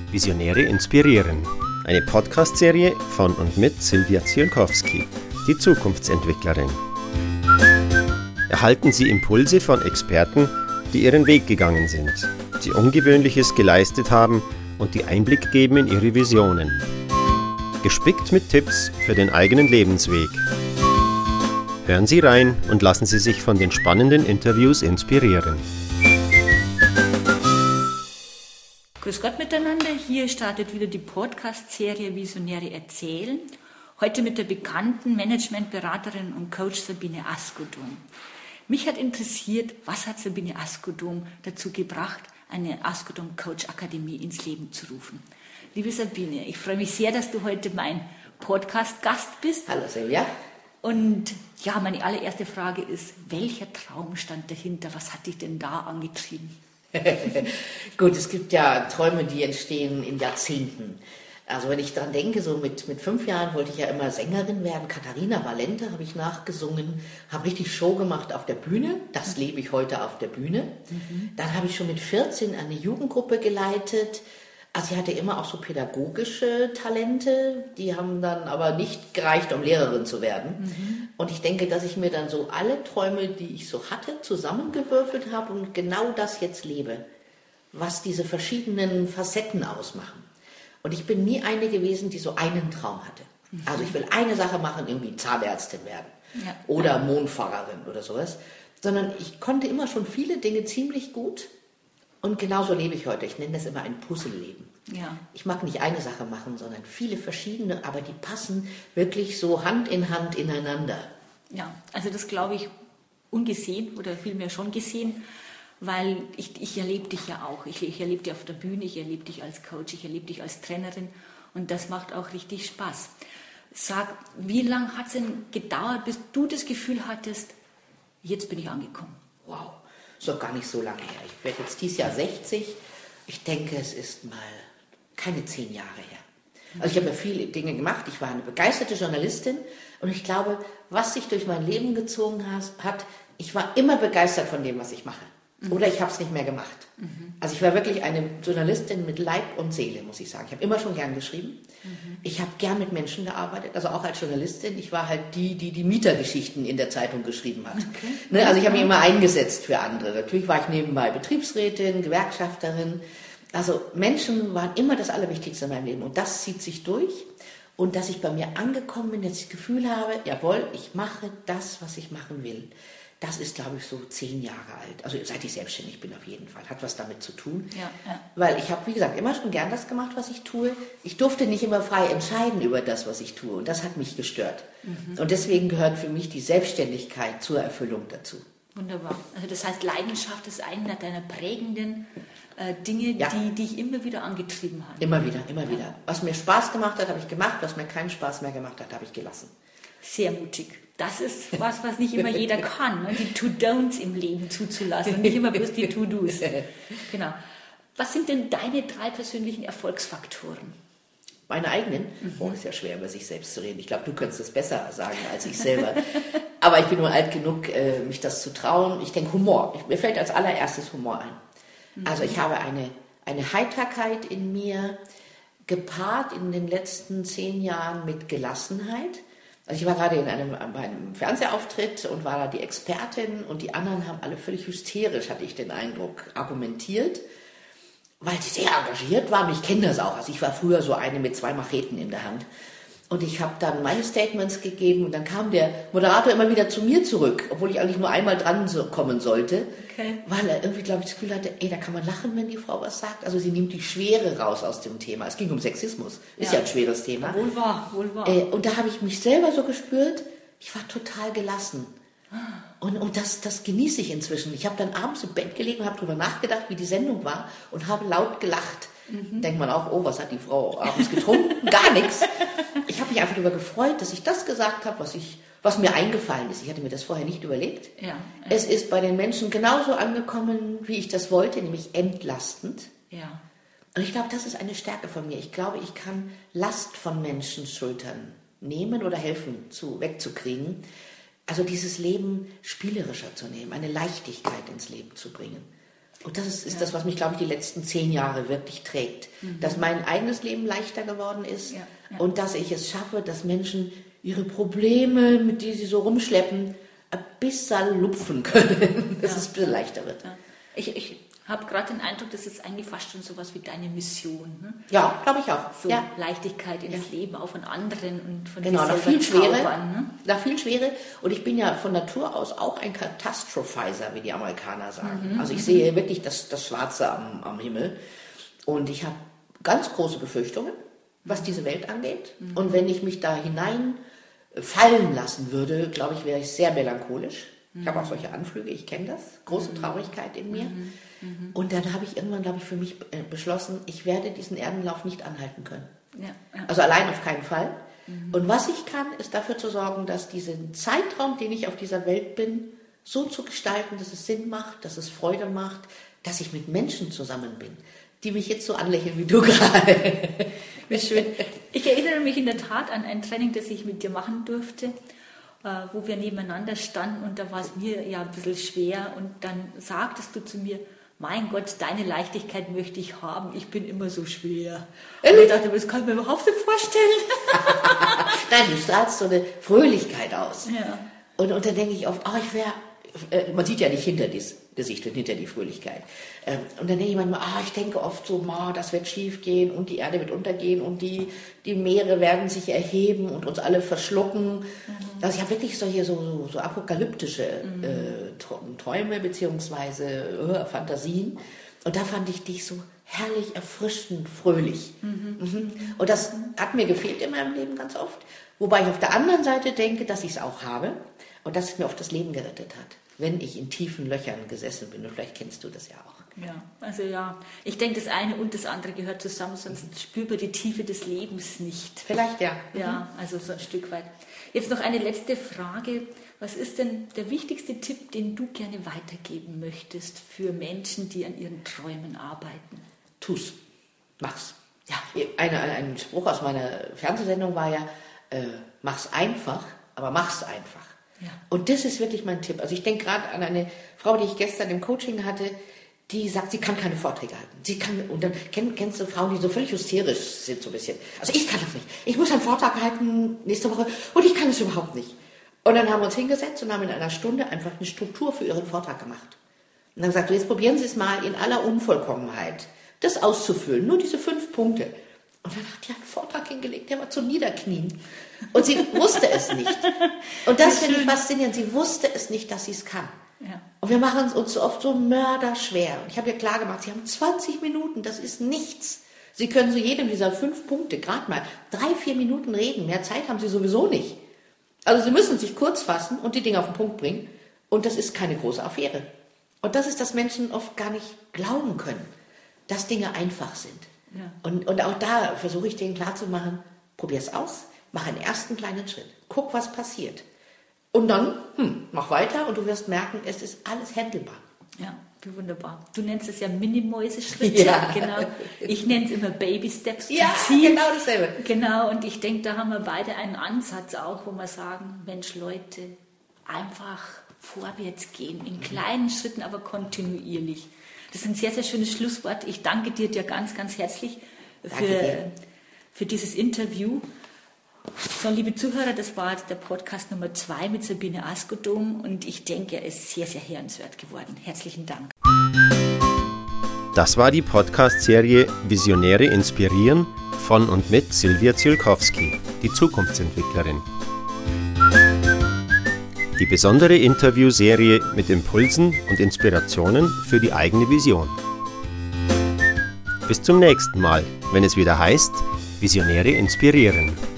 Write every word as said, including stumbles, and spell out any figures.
Visionäre inspirieren. Eine Podcast-Serie von und mit Sylvia Zienkowski, die Zukunftsentwicklerin. Erhalten Sie Impulse von Experten, die ihren Weg gegangen sind, die Ungewöhnliches geleistet haben und die Einblick geben in ihre Visionen. Gespickt mit Tipps für den eigenen Lebensweg. Hören Sie rein und lassen Sie sich von den spannenden Interviews inspirieren. Grüß Gott miteinander, hier startet wieder die Podcast-Serie Visionäre erzählen. Heute mit der bekannten Managementberaterin und Coach Sabine Askodum. Mich hat interessiert, was hat Sabine Askodum dazu gebracht, eine Askodum Coach Akademie ins Leben zu rufen. Liebe Sabine, ich freue mich sehr, dass du heute mein Podcast-Gast bist. Hallo Silvia. Und ja, meine allererste Frage ist, welcher Traum stand dahinter? Was hat dich denn da angetrieben? Gut, es gibt ja Träume, die entstehen in Jahrzehnten. Also wenn ich daran denke, so mit, mit fünf Jahren wollte ich ja immer Sängerin werden. Katharina Valente habe ich nachgesungen, habe richtig Show gemacht auf der Bühne. Das lebe ich heute auf der Bühne. Mhm. Dann habe ich schon mit vierzehn eine Jugendgruppe geleitet. Also ich hatte immer auch so pädagogische Talente, die haben dann aber nicht gereicht, um Lehrerin zu werden. Mhm. Und ich denke, dass ich mir dann so alle Träume, die ich so hatte, zusammengewürfelt habe und genau das jetzt lebe, was diese verschiedenen Facetten ausmachen. Und ich bin nie eine gewesen, die so einen Traum hatte. Mhm. Also ich will eine Sache machen, irgendwie Zahnärztin werden ja. oder Mondfahrerin oder sowas, sondern ich konnte immer schon viele Dinge ziemlich gut. Und genauso lebe ich heute. Ich nenne das immer ein Puzzleleben. Ja. Ich mag nicht eine Sache machen, sondern viele verschiedene, aber die passen wirklich so Hand in Hand ineinander. Ja, also das glaube ich ungesehen oder vielmehr schon gesehen, weil ich, ich erlebe dich ja auch. Ich, ich erlebe dich auf der Bühne, ich erlebe dich als Coach, ich erlebe dich als Trainerin und das macht auch richtig Spaß. Sag, wie lange hat es denn gedauert, bis du das Gefühl hattest, jetzt bin ich angekommen? Wow. Ist doch gar nicht so lange her. Ich werde jetzt dieses Jahr sechzig. Ich denke, es ist mal keine zehn Jahre her. Also ich habe ja viele Dinge gemacht. Ich war eine begeisterte Journalistin und ich glaube, was sich durch mein Leben gezogen hat, ich war immer begeistert von dem, was ich mache. Oder ich habe es nicht mehr gemacht. Mhm. Also ich war wirklich eine Journalistin mit Leib und Seele, muss ich sagen. Ich habe immer schon gern geschrieben. Mhm. Ich habe gern mit Menschen gearbeitet, also auch als Journalistin. Ich war halt die, die die Mietergeschichten in der Zeitung geschrieben hat. Okay. Ne, also ich habe mich immer eingesetzt für andere. Natürlich war ich nebenbei Betriebsrätin, Gewerkschafterin. Also Menschen waren immer das Allerwichtigste in meinem Leben. Und das zieht sich durch. Und dass ich bei mir angekommen bin, dass ich das Gefühl habe, jawohl, ich mache das, was ich machen will. Das ist, glaube ich, so zehn Jahre alt. Also seit ich selbstständig bin auf jeden Fall. Hat was damit zu tun. Ja, ja. Weil ich habe, wie gesagt, immer schon gern das gemacht, was ich tue. Ich durfte nicht immer frei entscheiden über das, was ich tue. Und das hat mich gestört. Mhm. Und deswegen gehört für mich die Selbstständigkeit zur Erfüllung dazu. Wunderbar. Also das heißt, Leidenschaft ist einer deiner prägenden äh, Dinge, ja. die dich immer wieder angetrieben haben. Immer wieder, immer ja. wieder. Was mir Spaß gemacht hat, habe ich gemacht. Was mir keinen Spaß mehr gemacht hat, habe ich gelassen. Sehr mutig. Das ist was, was nicht immer jeder kann, ne? Die To-Don'ts im Leben zuzulassen und nicht immer bloß die To-Do's. Genau. Was sind denn deine drei persönlichen Erfolgsfaktoren? Meine eigenen? Mhm. Oh, ist ja schwer, über sich selbst zu reden. Ich glaube, du könntest es besser sagen als ich selber. Aber ich bin nur alt genug, mich das zu trauen. Ich denke Humor. Mir fällt als allererstes Humor ein. Mhm. Also ich habe eine, eine Heiterkeit in mir, gepaart in den letzten zehn Jahren mit Gelassenheit. Also ich war gerade in einem, einem Fernsehauftritt und war da die Expertin und die anderen haben alle völlig hysterisch, hatte ich den Eindruck, argumentiert, weil sie sehr engagiert waren. Ich kenne das auch. Also ich war früher so eine mit zwei Macheten in der Hand. Und ich habe dann meine Statements gegeben und dann kam der Moderator immer wieder zu mir zurück, obwohl ich eigentlich nur einmal dran so kommen sollte, okay. Weil er irgendwie, glaube ich, das Gefühl hatte, ey, da kann man lachen, wenn die Frau was sagt. Also sie nimmt die Schwere raus aus dem Thema. Es ging um Sexismus, ist ja, ja ein schweres Thema. Wohl wahr, wohl wahr. Äh, und da habe ich mich selber so gespürt, ich war total gelassen. Und, und das, das genieße ich inzwischen. Ich habe dann abends im Bett gelegen und habe darüber nachgedacht, wie die Sendung war und habe laut gelacht. Mhm. Denkt man auch, oh, was hat die Frau abends getrunken? Gar nichts. Ich habe mich einfach darüber gefreut, dass ich das gesagt habe, was, ich, was mir eingefallen ist. Ich hatte mir das vorher nicht überlegt. Ja, ja. Es ist bei den Menschen genauso angekommen, wie ich das wollte, nämlich entlastend. Ja. Und ich glaube, das ist eine Stärke von mir. Ich glaube, ich kann Last von Menschen Schultern nehmen oder helfen, zu, wegzukriegen. Also dieses Leben spielerischer zu nehmen, eine Leichtigkeit ins Leben zu bringen. Und das ist, ist ja. das, was mich, glaube ich, die letzten zehn Jahre wirklich trägt. Mhm. Dass mein eigenes Leben leichter geworden ist ja, ja. und dass ich es schaffe, dass Menschen ihre Probleme, mit denen sie so rumschleppen, ein bisschen lupfen können, dass ja. es ein bisschen leichter wird. Ja. Ich, ich habe gerade den Eindruck, das ist eigentlich fast schon sowas wie deine Mission. Ne? Ja, glaube ich auch. So ja. Leichtigkeit ins ja. Leben, auch von anderen und von genau, dir nach viel Schwere, ne? nach viel Schwere. Und ich bin ja von Natur aus auch ein Catastrophizer, wie die Amerikaner sagen. Mhm. Also ich sehe wirklich das, das Schwarze am, am Himmel. Und ich habe ganz große Befürchtungen, was diese Welt angeht. Mhm. Und wenn ich mich da hinein fallen lassen würde, glaube ich, wäre ich sehr melancholisch. Ich habe auch solche Anflüge, ich kenne das, große Traurigkeit in mir. Mhm. Mhm. Und dann habe ich irgendwann, glaube ich, für mich beschlossen, ich werde diesen Erdenlauf nicht anhalten können. Ja, ja. Also allein auf keinen Fall. Mhm. Und was ich kann, ist dafür zu sorgen, dass diesen Zeitraum, den ich auf dieser Welt bin, so zu gestalten, dass es Sinn macht, dass es Freude macht, dass ich mit Menschen zusammen bin, die mich jetzt so anlächeln wie du gerade. Wie schön. Ich erinnere mich in der Tat an ein Training, das ich mit dir machen durfte, wo wir nebeneinander standen und da war es mir ja ein bisschen schwer und dann sagtest du zu mir, mein Gott, deine Leichtigkeit möchte ich haben, ich bin immer so schwer. Und ich dachte, das kann ich mir überhaupt nicht vorstellen. Nein, du strahlst so eine Fröhlichkeit aus. Ja. Und, und dann denke ich oft, oh, ich wäre, äh, man sieht ja nicht hinter das Gesicht und hinter die Fröhlichkeit. Ähm, und dann denke ich manchmal, ah, ich denke oft so, ma, das wird schief gehen und die Erde wird untergehen und die, die Meere werden sich erheben und uns alle verschlucken. Mhm. Also ich habe wirklich solche so, so, so apokalyptische mhm. äh, Träume beziehungsweise äh, Fantasien. Und da fand ich dich so herrlich, erfrischend, fröhlich. Mhm. Mhm. Und das hat mir gefehlt in meinem Leben ganz oft. Wobei ich auf der anderen Seite denke, dass ich es auch habe und dass es mir oft das Leben gerettet hat, wenn ich in tiefen Löchern gesessen bin. Und vielleicht kennst du das ja auch. Ja, also ja, ich denke, das eine und das andere gehört zusammen, sonst mhm. spürt man die Tiefe des Lebens nicht. Vielleicht, ja. Ja, also so ein Stück weit. Jetzt noch eine letzte Frage. Was ist denn der wichtigste Tipp, den du gerne weitergeben möchtest für Menschen, die an ihren Träumen arbeiten? Tu's. Mach's. Ja, eine, ein Spruch aus meiner Fernsehsendung war ja, äh, mach's einfach, aber mach's einfach. Ja. Und das ist wirklich mein Tipp. Also ich denke gerade an eine Frau, die ich gestern im Coaching hatte, die sagt, sie kann keine Vorträge halten. Sie kann, und dann kenn, kennst du Frauen, die so völlig hysterisch sind, so ein bisschen. Also ich kann das nicht. Ich muss einen Vortrag halten nächste Woche und ich kann es überhaupt nicht. Und dann haben wir uns hingesetzt und haben in einer Stunde einfach eine Struktur für ihren Vortrag gemacht. Und dann gesagt, jetzt probieren Sie es mal in aller Unvollkommenheit, das auszufüllen. Nur diese fünf Punkte. Und dann hat die einen Vortrag hingelegt, der war zum Niederknien. Und sie wusste es nicht. Und das finde ich faszinierend. Sie wusste es nicht, dass sie es kann. Ja. Und wir machen es uns so oft so mörderschwer. Und ich habe ihr klar gemacht, Sie haben zwanzig Minuten, das ist nichts. Sie können zu jedem dieser fünf Punkte gerade mal drei, vier Minuten reden. Mehr Zeit haben Sie sowieso nicht. Also Sie müssen sich kurz fassen und die Dinge auf den Punkt bringen. Und das ist keine große Affäre. Und das ist, dass Menschen oft gar nicht glauben können, dass Dinge einfach sind. Ja. Und, und auch da versuche ich denen klarzumachen, probier es aus, mach einen ersten kleinen Schritt, guck, was passiert. Und dann, hm, mach weiter und du wirst merken, es ist alles handelbar. Ja, wie wunderbar. Du nennst es ja Mini-Mäuse-Schritte. Ja. Genau. Ich nenne es immer Baby-Steps. Ja, genau dasselbe. Genau, und ich denke, da haben wir beide einen Ansatz auch, wo wir sagen, Mensch, Leute, einfach vorwärts gehen, in kleinen Schritten, aber kontinuierlich. Das ist ein sehr, sehr schönes Schlusswort. Ich danke dir, dir ganz, ganz herzlich für, für dieses Interview. So, liebe Zuhörer, das war der Podcast Nummer zwei mit Sabine Askodom und ich denke, er ist sehr, sehr hörenswert geworden. Herzlichen Dank. Das war die Podcast-Serie Visionäre inspirieren von und mit Silvia Zielkowski, die Zukunftsentwicklerin. Die besondere Interviewserie mit Impulsen und Inspirationen für die eigene Vision. Bis zum nächsten Mal, wenn es wieder heißt, Visionäre inspirieren.